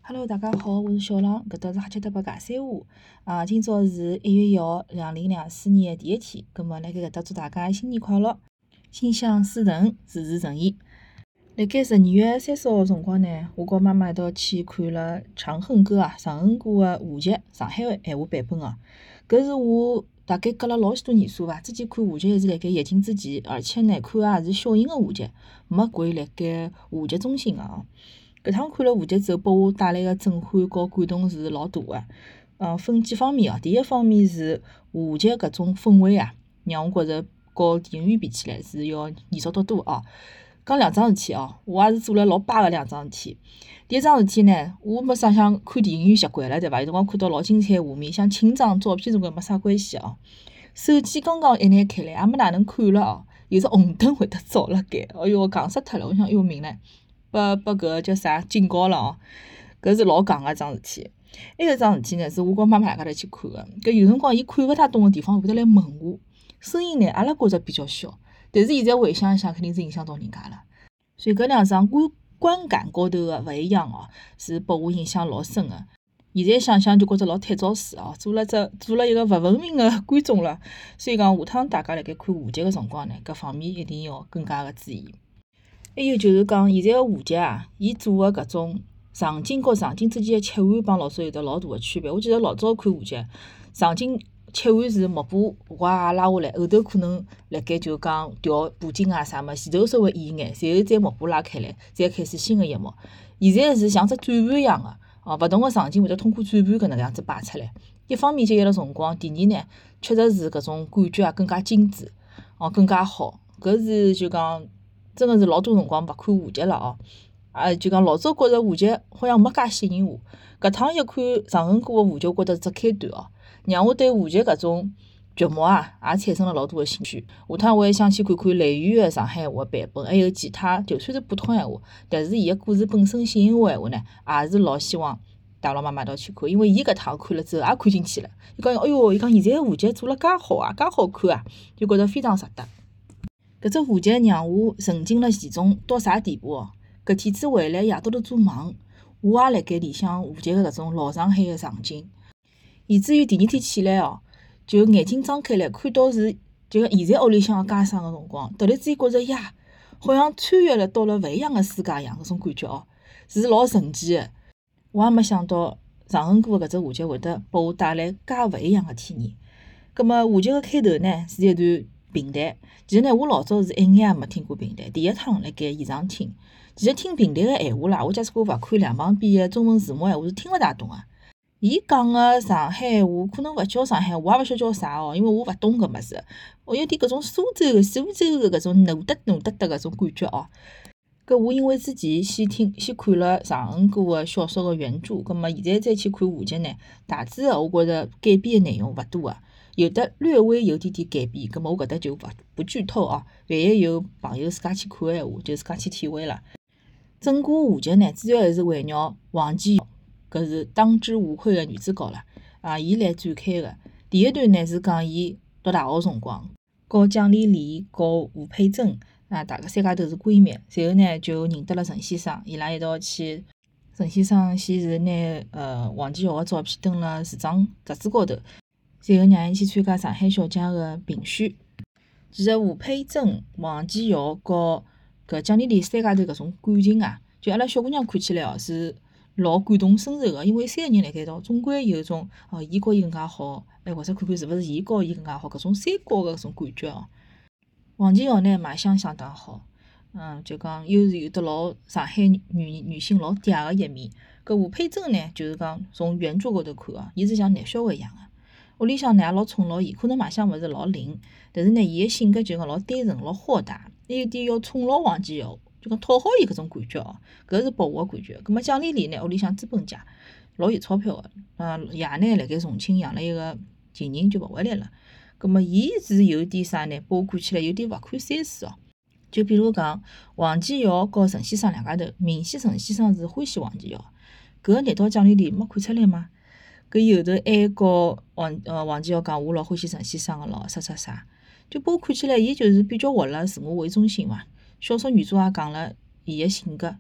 Hello，大家好，我是小浪，搿搭是瞎七搭八尬三胡。今朝是1月1号，2024年的第一天。葛末辣盖搿搭祝大家新年快乐，心想事成，事事如意。辣盖12月30号个辰光呢，我和妈妈一道去看了《长恨歌》长恨歌个话剧，上海个闲话版本哦。搿是我大概隔了老许多年数伐，之前看话剧还是辣盖疫情之前，而且呢看也是小型个话剧，没跪辣盖话剧中心个哦。搿趟看了话剧之后，拨我带来个震撼和感动是老大个。分几方面哦。第一方面是话剧搿种氛围让我觉着和电影院比起来是要严肃得多哦。讲两桩事体哦，我也是做了老巴个两桩事体。第一桩事体呢，我没啥想看电影院习惯了，对伐？有辰光看到老精彩画面，想清张照片什么没啥关系哦。手机刚刚一拿开来，也没哪能看了哦，有只红灯会得照辣盖，哎哟，戆死脱了！我想，哎哟命唻。拨搿叫啥警告了哦，搿是老戆个一桩事体。还有一桩事体呢，是我跟妈妈两家头去看个。搿有辰光伊看勿大懂个地方，会得来问我。声音呢，阿拉觉着比较小，但是现在回想一想，肯定是影响到人家了。所以搿两桩观感高头个勿一样哦，是拨我印象老深个。现在想想就觉着老惨遭事哦，做了一个勿文明个观众了。所以讲下趟大家辣盖看话剧个辰光呢，搿方面一定要更加个注意。还有就是讲，现在个话剧伊做个搿种场景和场景之间个切换，帮老早有得老大个区别。我记得老早看话剧，场景切换是幕布哇拉下来，后头可能辣盖就讲调布景啥么，前头稍微演眼，然后再幕布拉开来，再开始新个一幕。现在是像只转盘一样个哦，勿同个场景会得通过转盘搿能样子摆出来。一方面节约了辰光，第二呢，确实是搿种感觉更加精致哦，更加好。搿是就讲。真个是老多辰光勿看话剧了哦，就讲老早觉着话剧好像没介吸引我，搿趟一看长恨歌个话剧，我觉着是只开端哦，让我对话剧搿种剧目也产生了老大个兴趣。下趟我还想去看看雷雨个上海话版本，还有其他就算是普通闲话，但是伊个故事本身吸引我闲话呢，也是老希望带牢妈妈一道去看，因为伊搿趟看了之后也看进去了。伊讲，哎哟，伊讲现在个话剧做了介好介好看就觉着非常值得。搿只话剧让我沉浸了其中到啥地步哦？搿天子回来夜到头做梦，我也辣盖联想话剧个搿种老上海个场景，以至于第二天起来哦，就眼睛张开来看到是就现在屋里向个街上个辰光，突然之间觉着呀，好像穿越了到了勿一样个世界一样，搿种感觉哦，是老神奇个。我也没想到长恨歌个搿只话剧会得拨我带来介勿一样个体验。葛末话剧个开头呢是一段评弹，其实呢，我老早是一眼也没听过评弹，第一趟辣盖现场听。其实听评弹个闲话啦，我假使我勿看两旁边个中文字幕闲话是听勿大懂个。伊讲个上海话可能勿叫上海话，也勿晓得叫啥哦，因为我勿懂搿物事。我有点搿种苏州个搿种努得搿种感觉哦。搿我因为之前先看了长恨歌个小说个原著，葛末现在再去看话剧呢，大致个我觉着改编个内容勿多个。有的略微有点改变，葛末我搿搭就不剧透哦。万一有朋友自家去看个闲话，就自家去体会了。整个话剧呢，主要还是围绕王继瑶，搿是当之无愧个女主角了伊来展开个。第一段呢是讲伊读大学辰光，和蒋丽丽和吴佩珍大家三家头是闺蜜，随后呢就认得了陈先生，伊拉一道去。陈先生先是拿王继瑶个照片登了时装杂志高头。随后让伊去参加上海小姐个评选。其实吴佩珍、王继瑶和搿蒋丽丽三家头搿种感情就阿拉小姑娘看起来是老感同身受个，因为三个人辣盖一道，总归有种伊和伊更加好，或者看看是勿是伊和伊更加好，搿种三角个搿种感觉哦。王继瑶呢卖相相当好，就讲又是有得老上海女性老嗲个一面。搿吴佩珍呢，就是讲从原著高头看伊是像男小孩一样个。屋里向呢也老宠牢伊，可能卖相勿是老灵，但是呢，伊个性格就讲老单纯、老豁达，还有点要宠牢王继瑶，就讲讨好伊搿种感觉哦，搿是拨我个感觉。葛末蒋丽丽呢，屋里向资本家，老有钞票个，爷呢辣盖重庆养了一个情人就勿回来了。葛末伊是有点啥呢？拨我看起来有点勿看三世哦。就比如讲，王继瑶和陈先生两家头，明显陈先生是欢喜王继瑶，搿难道蒋丽丽没看出来吗？搿后头还告王继瑶讲我老欢喜陈先生个咯，啥，就拨我看起来，伊就是比较活了自我为中心嘛。小说原著也讲了伊个性格，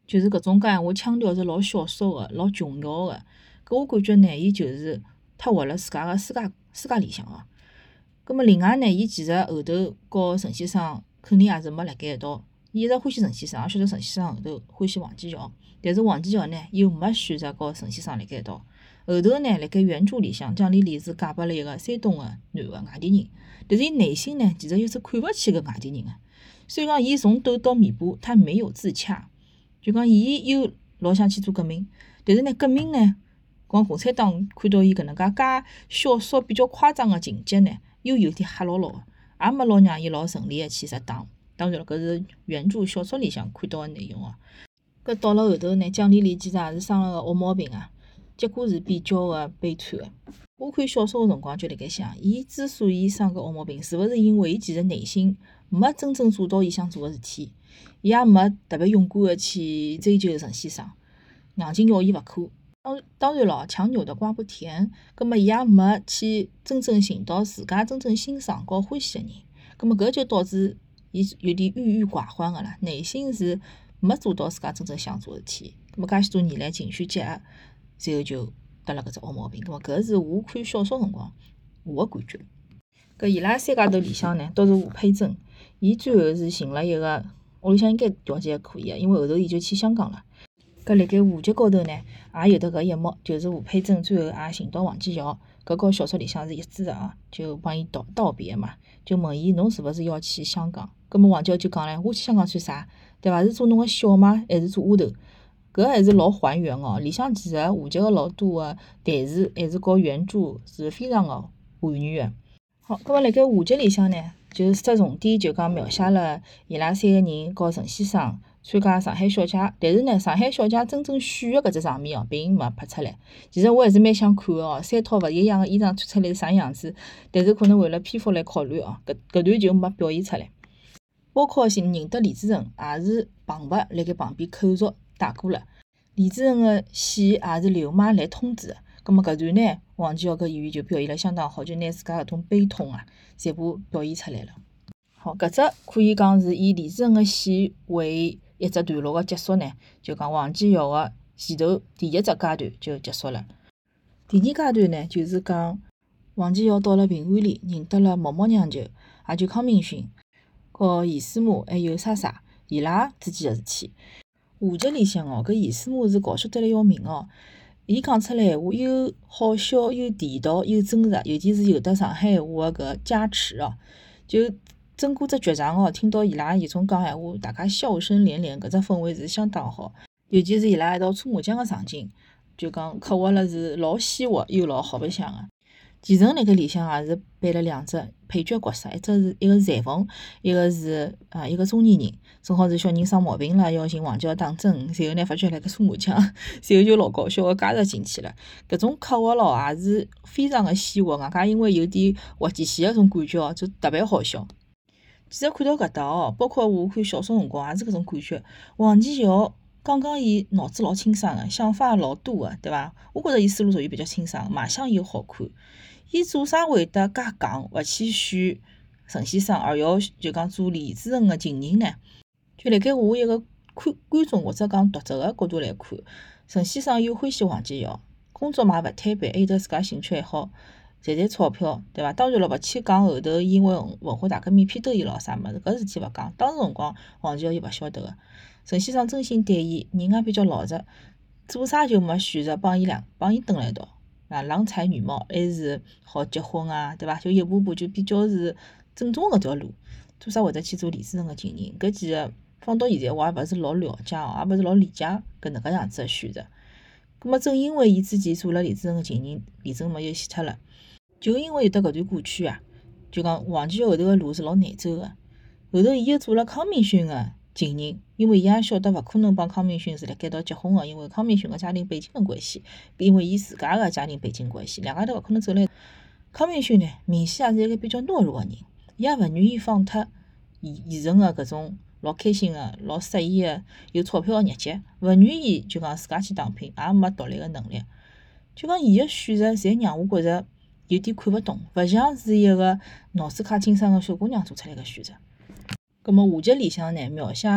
就是搿种讲闲话腔调是老小骚个，老琼瑶个。搿我感觉呢，伊就是太活辣自家个世界里向哦。葛末另外呢，伊其实后头和陈先生肯定也是没辣盖一道。伊一直欢喜陈先生，也晓得陈先生后头欢喜王继尧，但是王继尧呢又没选择和陈先生辣盖一道。后头呢，辣盖原著里向，蒋丽丽是嫁拨了一个山东个男个外地人，但是伊内心呢，其实又是看勿起搿外地人个。所以讲，伊从头到尾巴，他没有自洽。就讲伊又老想去做革命，但是呢，革命呢，讲共产党看到伊搿能介小说比较夸张个情节呢，又有点吓牢牢个，也没老让伊老顺利个去入党。当然了，搿是原著小说里向看到个内容哦。搿到了后头呢，蒋丽丽其实也是生了个恶毛病啊，结果是比较个悲惨个。我看小说个辰光就辣盖想，伊之所以生搿恶毛病，是勿是因为伊其实内心没真正做到伊想做个事体，伊也没特别勇敢个去追求陈先生，硬劲要伊勿可。当然咯，强扭的瓜不甜，葛末伊也没去真正寻到自家真正欣赏和欢喜个人，葛末搿就导致伊有点郁郁寡欢个啦，内心是没做到自家真正想做个事体，葛末介许多年来情绪积压，最后就得了搿只恶毛病。葛末搿是我看小说辰光我个感觉。搿伊拉三家头里向呢，倒是吴佩珍，伊最后是寻了一个屋里向应该条件还可以个，因为后头伊就去香港了。搿辣盖户籍高头呢，也有得搿一幕，就是吴佩珍最后也寻到王继尧，搿和小说里向是一致个啊，就帮伊道别嘛，就问伊侬是勿是要去香港？葛末王继尧就讲唻，我去香港算啥？对伐？是做侬个小吗？还是做丫头？搿还是老还原哦。里向其实下集个老多个台词还是和原著是非常个还原个。好，葛末辣盖下集里向呢，就只重点就讲描写了伊拉三个人和陈先生参加上海小姐，但是呢，上海小姐真正选个搿只场面哦，并没拍出来。其实我还是蛮想看个哦，三套勿一样个衣裳穿出来是啥样子，但是可能为了篇幅来考虑哦，搿段就没表现出来。包括认得李志成，也是旁白辣盖旁边口述带过了。李志成个戏也是刘妈来通知个。葛末搿段呢，王继尧搿演员就表现了相当好，就拿自家搿种悲痛啊，全部表现出来了。好，搿只可以讲是以李志成个戏为一只段落个结束呢，就讲王继尧个前头第一只阶段就结束了。第二阶段呢，就是讲王继尧到了平安里认得了毛毛娘舅，也就康明勋和严师母还有莎莎伊拉之间个事体。下集里向哦，搿严师母是搞笑得来要命哦。伊讲出来闲话又好笑又地道又真实，尤其是有得上海话个搿加持哦，就整个只剧场哦，听到伊拉有种讲闲话，大家笑声连连，搿只氛围是相当好。尤其是伊拉一道搓麻将个场景，就讲刻画了是老鲜活又老好白相个。钱晨辣盖里向也是扮了两只配角角色，一个是裁缝，一个是一个中年人，正好是小人生毛病了，要寻王继尧打针，随后呢发觉辣盖搓麻将，随后就老搞笑个加入进去了。搿种刻画咯也是非常个鲜活，外加因为有点滑稽戏个种感觉哦，就特别好笑。其实看到搿搭哦，包括我看小说辰光也是搿种感觉。王继尧讲伊脑子老清爽个，想法老多个，对伐？我觉着伊思路属于比较清爽，卖相又好看。伊做啥会得介戆，勿去选陈先生，而要就讲做李志成个情人呢？就辣盖我一个观众或者讲读者个角度来看，陈先生又欢喜王继尧，工作嘛勿摊板，还有得自家兴趣爱好，赚钞票，对伐？当然了，勿去讲后头因为文化大革命批斗伊咾啥物事，搿事体勿讲。当时辰光王继尧伊勿晓得个，陈先生真心对伊，人也比较老实，做啥就没选择帮伊蹲辣一道。郎才女貌，还是好结婚啊，对伐？就一步步就比较是正宗搿条路，做啥会得去做李志成个情人？搿其实放到现在我也勿是老了解哦，也勿是老理解搿能介样子个选择。葛末正因为伊之前做了李志成个情人，李正嘛又死脱了，就因为有得搿段过去啊，就讲王继尧后头个路是老难走个。后头伊又做了康明勋个情人，因为伊也晓得勿可能帮康明勋是辣盖一道结婚个，因为康明勋个家庭背景个关系，因为伊自家个家庭背景关系，两家头勿可能走来。康明勋呢，明显也是一个比较懦弱个人，伊也勿愿意放脱现成个搿种老开心个、老适意个、有钞票个日脚，勿愿意就讲自家去打拼，也没独立个能力。就讲伊个选择，侪让我觉着有点看勿懂，勿像是一个脑子介清爽个小姑娘做出来个选择。葛末下集里向呢，描写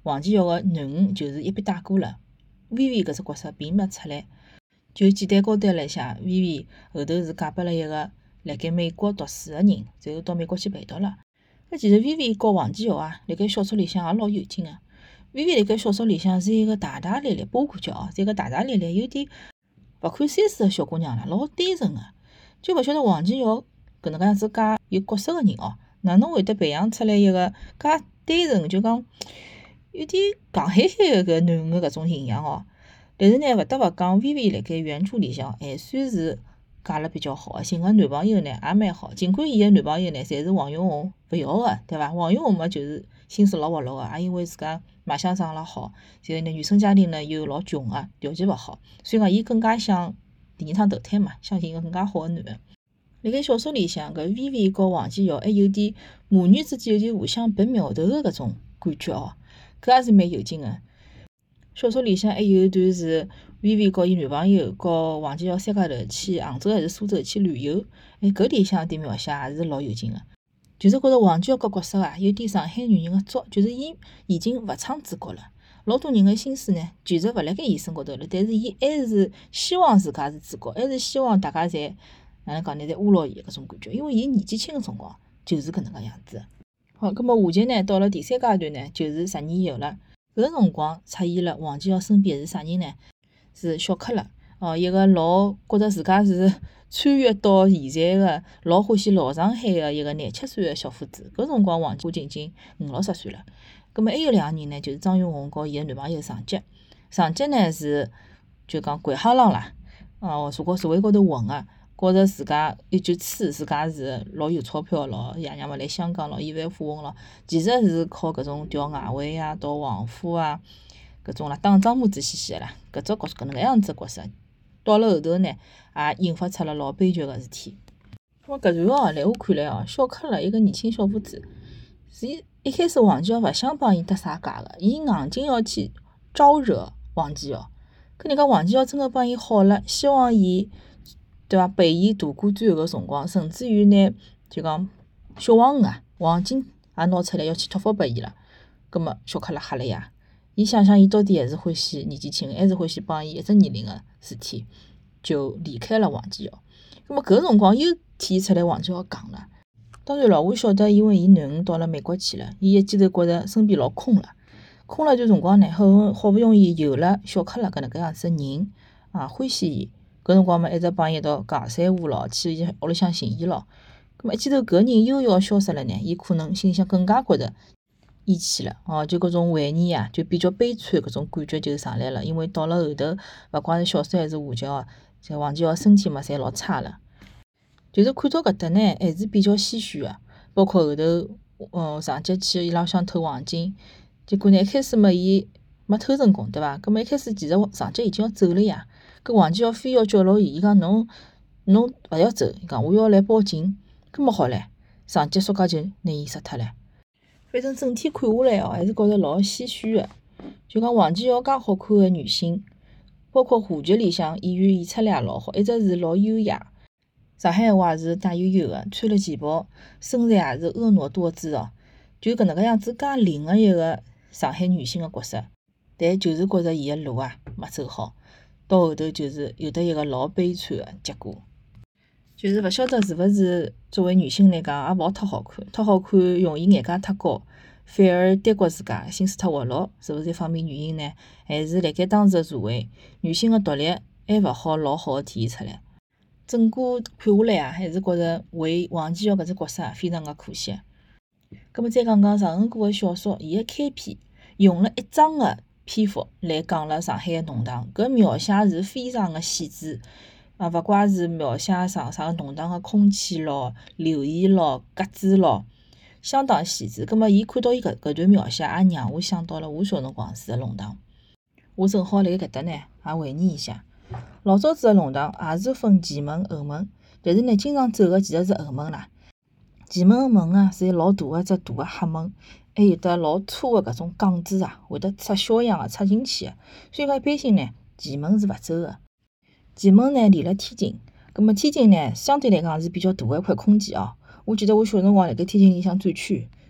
王继尧个囡恩就是一笔带过了。薇薇搿只角色并没出来，就简单交代了一下，薇薇后头是嫁拨了一个辣盖美国读书个人，随后到美国去陪读了。搿其实薇薇和王继尧啊，辣盖小说里向也老有劲个。薇薇辣盖小说里向是一个大大咧咧，波哥叫哦，是一个大大咧咧，有点勿堪30个小姑娘啦，老单纯个。就勿晓得王继尧搿能介样子介有角色个人哦，哪能会得培养出来一个介单纯，就讲有点戆嘿嘿个搿囡恩个搿种形象哦。但是呢，勿得勿讲，薇薇辣盖原著里向还算是嫁了比较好个，寻个男朋友呢也蛮好。尽管伊个男朋友呢，侪是王永红勿要个，对伐？王永红嘛，就是心思老活络个，也因为自家卖相长了好，然后呢，原生家庭呢又老穷个，条件勿好，所以讲伊更加想第二趟投胎嘛，想寻个更加好个男个。辣盖小说里向，搿薇薇和王继尧还有点母女之间有点互相拔苗头个搿种感觉哦，搿也是蛮有劲个。小说里向还有一段是薇薇和伊男朋友和王继尧三家头去杭州还是苏州去旅游，搿里向点描写也是老有劲个。就是觉着王继尧搿角色啊，有点上海女人个作，就是伊已经勿唱主角了。老多人个心思呢，其实勿辣盖伊身高头了，但是伊还是希望自家是主角，还是希望大家侪哪能讲呢，侪阿牢伊搿种感觉。因为伊年纪轻个辰光就是搿能介样子。好，葛末话剧呢，到了第3阶段呢，就是10年以后了。搿个辰光出现了王继尧身边是啥人呢？是小克勒哦，一个老觉着自家是穿越到现在个老欢喜老上海个一个廿7岁个小伙子。搿辰光王晶晶50-60岁了。葛末还有2个人呢，就是张云虹和伊个男朋友常吉。常吉呢是就讲鬼哈浪啦，坐过社会高头混个，觉着自家一句吹自家是老有钞票咯，爷娘勿来香港咯，亿万富翁咯，其实是靠搿种调外汇啊、倒黄花啊搿种啦，打张麻子兮兮个啦，搿只角搿能介样子角色，到了后头呢，也引发出了老悲剧个事体。咁么搿段哦，来我看来哦，小克勒一个年轻小伙子，是一开始王继尧勿想帮伊搭啥界个，伊硬劲要去招惹王继尧。搿人家王继尧真个帮伊好了，希望伊对伐陪伊度过最后个辰光，甚至于拿就讲小黄鱼啊、黄金也拿出来要去托付拨伊了。葛末小克勒吓了呀，伊想想伊到底还是欢喜年纪轻个，还是欢喜帮伊一只年龄个事体，就离开了王继尧。葛末搿辰光又体现出来王继尧戆了。当然了，我晓得，因为伊囡恩到了美国去了，伊一记头觉着身边老空了。空了段辰光呢，好勿容易有了小克勒搿能介样子个人啊，欢喜伊。搿辰光嘛，一直帮伊一道尬三胡咯，去伊屋里向寻伊咯。葛末一记头搿人又要消失了呢，伊可能心里向更加觉着厌弃了哦，就搿种怀念啊，就比较悲惨搿种感觉就上来了。因为到了后头，勿管是小说还是话剧哦，像王继尧身体嘛，侪老差了。就是看到搿搭呢，还是比较唏嘘个。包括后头，常吉去伊拉向偷黄金，结果呢，一开始嘛，伊没偷成功，对伐？葛末一开始其实常吉已经要走了呀，搿王继尧非要叫牢伊，伊讲侬勿要走，伊讲我要来报警。搿么好唻，常吉说介就拿伊杀脱了。反正整体看下来哦，还是觉着老唏嘘个。就讲王继尧介好看个女星，包括话剧里向演员演出来也老好，一直是老优雅。上海话也是带悠悠个，穿了旗袍，身材也是婀娜多姿哦。就搿能介样子介灵个一个上海女性个角色，但就是觉着伊个路啊没走好，到后头就是有得一个老悲惨个结果。就是勿晓得是勿是作为女性来讲也勿好太好看，太好看容易眼界太高，反而耽搁自家，心思太活络，是勿是一方面原因呢？还是辣盖当时个社会，女性个独立还勿好老好个体现出来？整个看下来啊，还是觉着为王继尧搿只角色非常个可惜。葛末再讲讲常恒果个小说，伊个开篇用了1章个篇幅来讲了上海个弄堂，搿描写是非常个细致啊，勿怪是描写啥个弄堂个空气咯、流言咯、格子咯，相当细致。葛末伊看到伊搿段描写，也让我想到了我小辰光住个弄堂。我正好辣盖搿搭呢，也回忆一下。老早子个弄堂也是分前门、后门，但是呢，经常走个其实是后门啦。前门个门啊，是老大个只大个黑门，还有得老粗个搿种杠子啊，会得插销一样个插进去个。所以讲一般性呢，前门是勿走个。前门呢连了天津，葛末天津呢相对来讲是比较大个一块空间哦。我记得我小辰光辣盖天津里向转圈，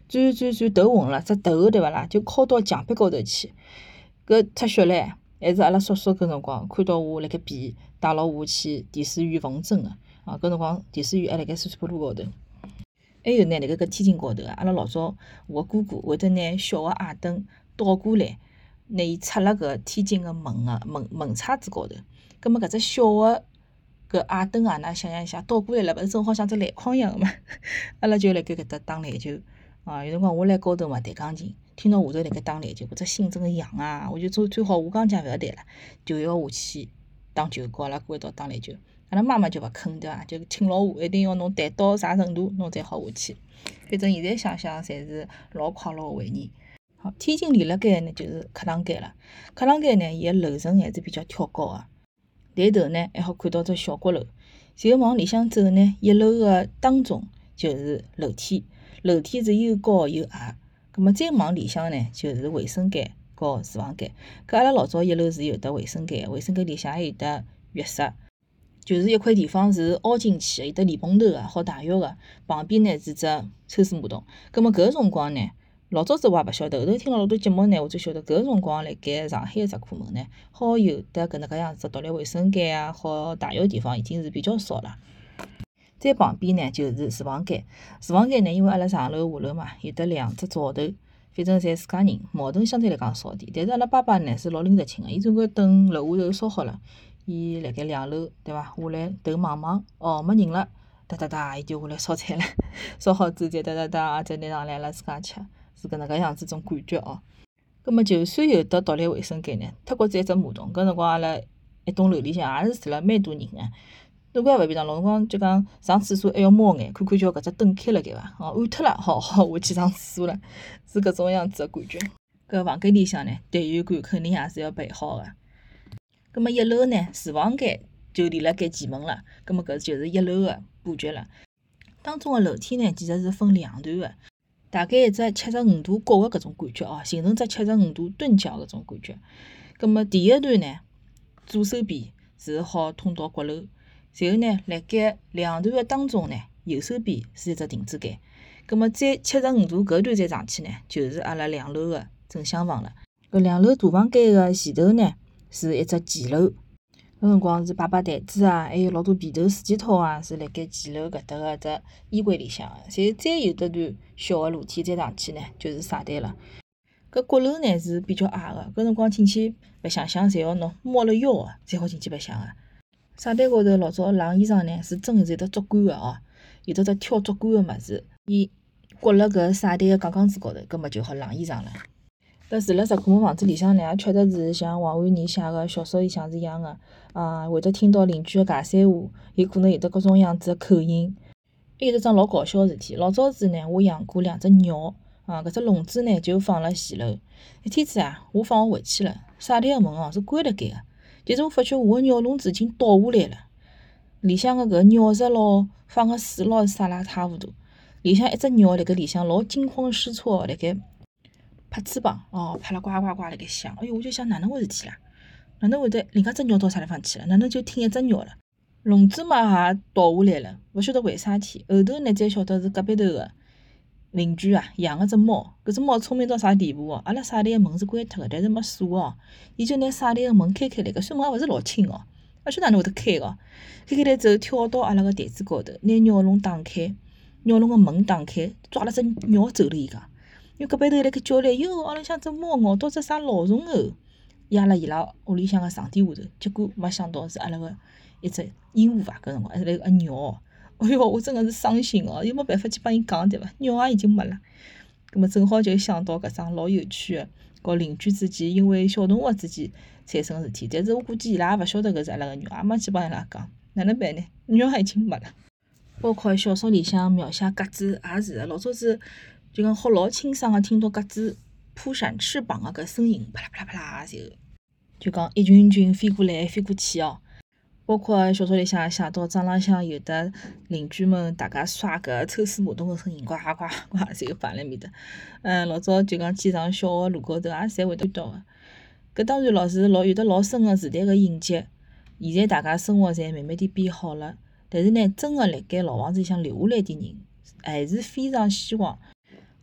转头昏了，只头对勿啦，就敲到墙壁高头去。搿出血唻，还是阿拉叔叔搿辰光看到我辣盖便，带牢我去电水院缝针个。搿辰光电水院还辣盖苏坡路高头。还有呢，辣盖搿天津高头阿拉老早我哥哥会得拿小个矮灯倒过来，拿伊插辣搿天津个门窗子高头。葛末搿只小个搿矮灯啊，㑚想象一下，倒过来了，勿是正好像只篮筐一样个嘛？阿拉就辣盖搿搭打篮球。有辰光我辣高头嘛弹钢琴，听到下头辣盖打篮球，搿只心真个痒啊！我就最好下钢琴勿要弹了，就要下去打球，跟阿拉哥一道打篮球。阿拉妈妈就勿肯对伐？就请牢我，一定要侬弹到啥程度，侬才好下去。反正现在想想，侪是老快乐个回忆。好，天津连辣盖呢就是客堂间了。客堂间呢，伊个楼层还是比较挑高个，抬头呢还好看到只小阁楼。随后往里向走呢，1楼个当中就是楼梯。楼梯是又高又矮，葛末再往里向呢，就是卫生间和厨房间。搿阿拉老早1楼是有得卫生间，卫生间里向还有得浴室，就是一块地方是凹进去的，有得莲蓬头个，好汏浴个。旁边呢是只抽水马桶。葛末搿辰光呢，老早子我也勿晓得，后头听了老多节目呢，我才晓得搿辰光辣盖上海个石库门呢，好有得搿能介样子独立卫生间啊，好汏浴个地方已经是比较少了。再旁边呢就是厨房间，厨房间呢，因为阿拉上楼下楼嘛，有得2只灶头，反正侪自家人，矛盾相对来讲少点。但是阿拉爸爸呢是老拎得清个，伊总归等楼下头烧好了，伊辣盖2楼对伐？下来头望望，没人了，哒哒哒，伊就下来烧菜了。烧好之后再哒哒哒，再拿上来阿拉自家吃，是搿能介样子种感觉哦。葛末就算有得独立卫生间呢，脱骨子一只马桶。搿辰光阿拉一栋楼里向也是住了蛮多人个。侬搿也勿便当，老辰光就讲上厕所还要猫眼，看看叫搿只灯开了盖伐？按脱了，好下去上厕所了，是搿种样子个感觉。搿房间里向呢，电源管肯定也是要备好个。葛末1楼呢，厨房间就连辣盖前门了。葛末搿就是1楼个布局了。当中个楼梯呢，其实是分2段个，大概一只75度角个搿种感觉哦，形成只75度钝角搿种感觉。葛末第一段呢，左手边是好通到阁楼。然后呢，辣盖2段个当中呢，右手边是一只停止间。葛末再75度搿段再上去呢，就是阿拉2楼个正厢房了。搿2楼大房间个前头呢，是一只前楼。搿辰光是摆台子啊，还有老多被头、水晶套啊，是辣盖前楼搿搭个只衣柜里向个。然后再有得段小个楼梯再上去呢，就是茶台了。搿阁楼呢是比较矮个，搿辰光进去白相相，侪要侬猫了腰个，才好进去白相个。茶台高头老早晾衣裳呢，是真是有得竹竿个哦，有得只挑竹竿个物事，伊挂辣搿茶台个杠杠子高头，葛末就好晾衣裳了。搿住辣石库门房子里向呢，也确实是像王安妮写个小说里向是一样个，会得听到邻居个尬三胡，有可能有得各种样子个口音。还有得桩老搞笑个事体，老早子呢，我养过2只鸟，搿只笼子呢就放辣前楼。一天子啊，我放学回去了，茶台个门是关辣盖个。但是我发觉我个鸟笼子已经倒下来了，里向个搿鸟食咯，放个水咯是啥啦塌糊涂。里向一只鸟辣盖里向老惊慌失措，辣盖拍翅膀，拍了呱呱呱辣盖响。哎哟，我就想哪能回事体啦？哪能会得另外只鸟到啥地方去了？哪能就听一只鸟了？笼子嘛也倒下来了，勿晓得为啥体。后头呢才晓得是隔壁头个邻居啊养个只猫，搿只猫聪明到啥地步哦？阿拉茶台个门是关脱个，但是没锁哦，伊就拿茶台个门开来搿扇门也勿是老轻哦，勿晓得哪能会得开个。开来之后跳到阿拉个台子高头，拿鸟笼打开，鸟笼个门打开，抓了只鸟走了伊讲。因为隔壁头辣盖叫来，哟，屋里向只猫咬到只啥老鼠后，压辣伊拉屋里向个床垫下头，结果没想到是阿拉个一只鹦鹉伐？搿辰光还是个鸟哦。哎哟，我真个是伤心哦，又没办法去帮伊讲对伐？鸟也已经没了。葛末正好就想到搿桩老有趣个，和邻居之间因为小动物之间产生事体，但是我估计伊拉也勿晓得搿是阿拉个鸟，也没去帮伊拉讲，哪能办呢？鸟也已经没了。包括小说里向描写鸽子也是个，老早子就讲好老清爽个听到鸽子扑闪翅膀个搿声音，啪啦啪啦啪啦，就讲一群群飞过来飞过去哦。包括小说里向写到庄浪向有的邻居们大家刷搿抽水马桶个声音，呱呱呱，侪有放辣面搭。老早就讲去上小学路高头也侪会得看到个。搿当然老是有得老深个时代个印记。现在大家生活侪慢慢点变好了，但是呢，真个辣盖老房子里向留下来点人，还是非常希望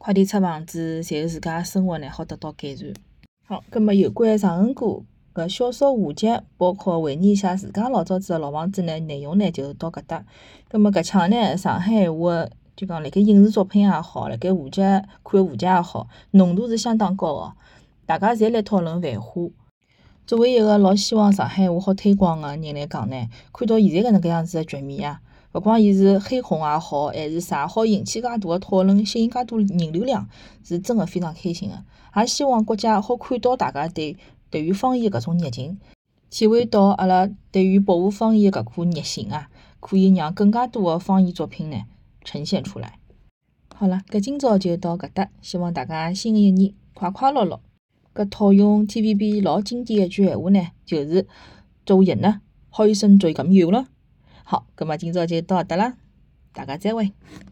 快点出房子，随后自家生活呢好得到改善。好，葛末有关常恒歌搿小说画集，包括回忆一下自家老早子个老房子呢，内容呢就到搿搭。葛末搿腔呢，上海闲话就讲辣盖影视作品也好，辣盖画集看画集也好，浓度是相当高个，大家侪来讨论繁花。作为一个老希望上海话好推广个人来讲呢，看到现在搿能介样子个局面啊，勿光伊是黑红也好，还是啥好引起介大个讨论，吸引介多人流量，是真个非常开心个。也希望国家好看到大家对于方言搿种热情，体会到阿拉对于保护方言搿颗热心啊，可以让更加多个方言作品呢呈现出来。好了，搿今朝就到搿搭，希望大家新的一年快快乐乐。搿套用 TVB 老经典一句闲话呢，就是做人呢，開心最緊要咯。好，咁麼今朝就到搿搭啦，大家再會。